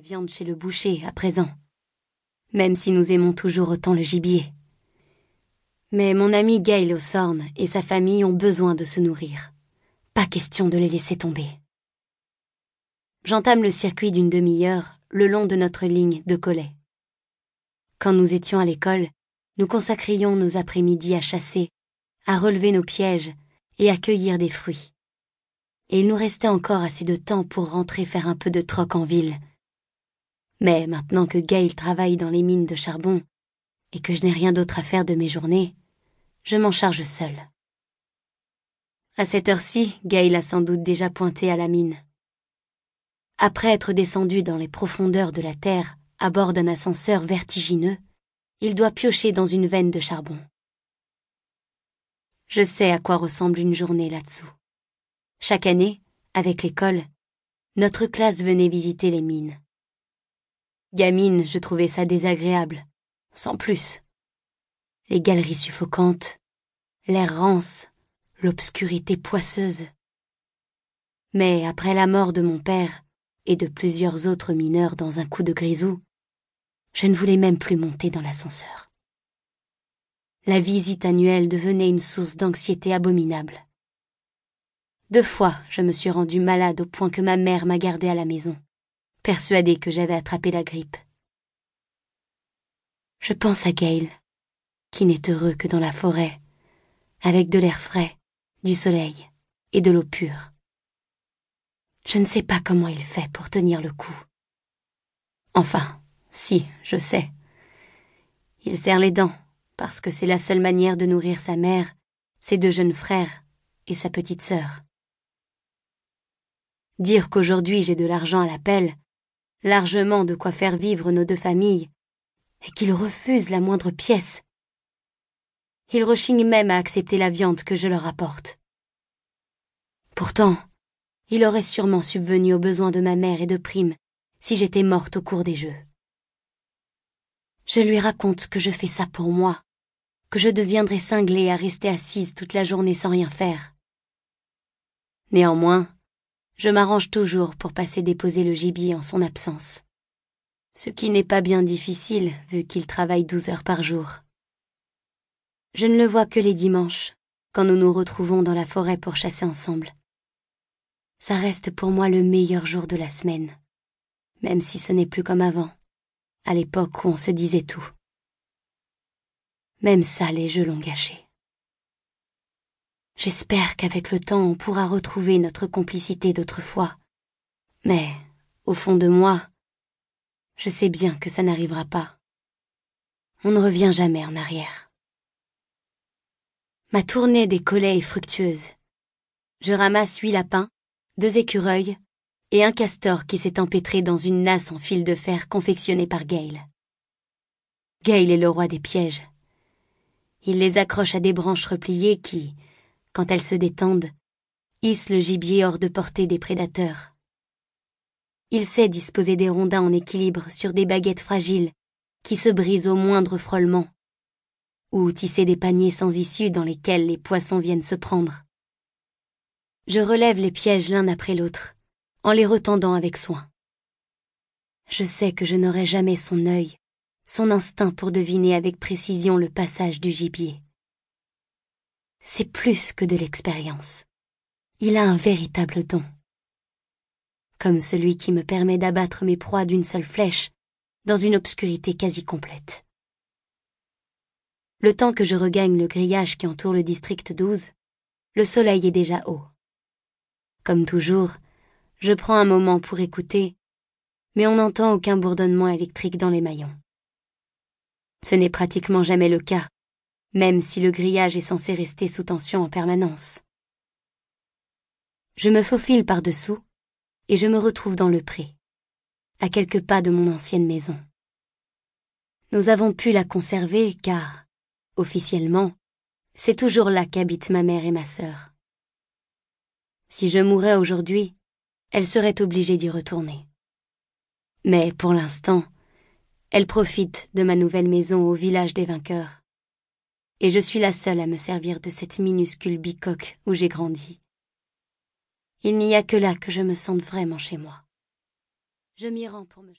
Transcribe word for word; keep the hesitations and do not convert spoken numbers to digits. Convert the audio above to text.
viande chez le boucher à présent, même si nous aimons toujours autant le gibier. Mais mon ami Gail Hawthorne et sa famille ont besoin de se nourrir. Pas question de les laisser tomber. J'entame le circuit d'une demi-heure le long de notre ligne de collets. Quand nous étions à l'école, nous consacrions nos après-midi à chasser, à relever nos pièges et à cueillir des fruits. Et il nous restait encore assez de temps pour rentrer faire un peu de troc en ville. Mais maintenant que Gail travaille dans les mines de charbon et que je n'ai rien d'autre à faire de mes journées, je m'en charge seule. À cette heure-ci, Gail a sans doute déjà pointé à la mine. Après être descendu dans les profondeurs de la terre à bord d'un ascenseur vertigineux, il doit piocher dans une veine de charbon. Je sais à quoi ressemble une journée là-dessous. Chaque année, avec l'école, notre classe venait visiter les mines. Gamine, je trouvais ça désagréable, sans plus. Les galeries suffocantes, l'air rance, l'obscurité poisseuse. Mais après la mort de mon père et de plusieurs autres mineurs dans un coup de grisou, je ne voulais même plus monter dans l'ascenseur. La visite annuelle devenait une source d'anxiété abominable. Deux fois, je me suis rendue malade au point que ma mère m'a gardée à la maison, persuadée que j'avais attrapé la grippe. Je pense à Gail, qui n'est heureux que dans la forêt, avec de l'air frais, du soleil et de l'eau pure. Je ne sais pas comment il fait pour tenir le coup. Enfin, si, je sais. Il serre les dents, parce que c'est la seule manière de nourrir sa mère, ses deux jeunes frères et sa petite sœur. Dire qu'aujourd'hui j'ai de l'argent à l'appel, largement de quoi faire vivre nos deux familles, et qu'il refuse la moindre pièce. Il rechigne même à accepter la viande que je leur apporte. Pourtant, il aurait sûrement subvenu aux besoins de ma mère et de Prime si j'étais morte au cours des jeux. Je lui raconte que je fais ça pour moi, que je deviendrai cinglée à rester assise toute la journée sans rien faire. Néanmoins, je m'arrange toujours pour passer déposer le gibier en son absence. Ce qui n'est pas bien difficile, vu qu'il travaille douze heures par jour. Je ne le vois que les dimanches, quand nous nous retrouvons dans la forêt pour chasser ensemble. Ça reste pour moi le meilleur jour de la semaine, même si ce n'est plus comme avant, à l'époque où on se disait tout. Même ça, les jeux l'ont gâché. J'espère qu'avec le temps, on pourra retrouver notre complicité d'autrefois. Mais, au fond de moi, je sais bien que ça n'arrivera pas. On ne revient jamais en arrière. Ma tournée des collets est fructueuse. Je ramasse huit lapins, deux écureuils et un castor qui s'est empêtré dans une nasse en fil de fer confectionnée par Gail. Gail est le roi des pièges. Il les accroche à des branches repliées qui, quand elles se détendent, hissent le gibier hors de portée des prédateurs. Il sait disposer des rondins en équilibre sur des baguettes fragiles qui se brisent au moindre frôlement, ou tisser des paniers sans issue dans lesquels les poissons viennent se prendre. Je relève les pièges l'un après l'autre, en les retendant avec soin. Je sais que je n'aurai jamais son œil, son instinct pour deviner avec précision le passage du gibier. C'est plus que de l'expérience. Il a un véritable don. Comme celui qui me permet d'abattre mes proies d'une seule flèche, dans une obscurité quasi complète. Le temps que je regagne le grillage qui entoure le district douze, le soleil est déjà haut. Comme toujours, je prends un moment pour écouter, mais on n'entend aucun bourdonnement électrique dans les maillons. Ce n'est pratiquement jamais le cas, même si le grillage est censé rester sous tension en permanence. Je me faufile par-dessous et je me retrouve dans le pré, à quelques pas de mon ancienne maison. Nous avons pu la conserver car, officiellement, c'est toujours là qu'habitent ma mère et ma sœur. Si je mourais aujourd'hui, elle serait obligée d'y retourner. Mais pour l'instant, elle profite de ma nouvelle maison au village des vainqueurs. Et je suis la seule à me servir de cette minuscule bicoque où j'ai grandi. Il n'y a que là que je me sente vraiment chez moi. Je m'y rends pour me...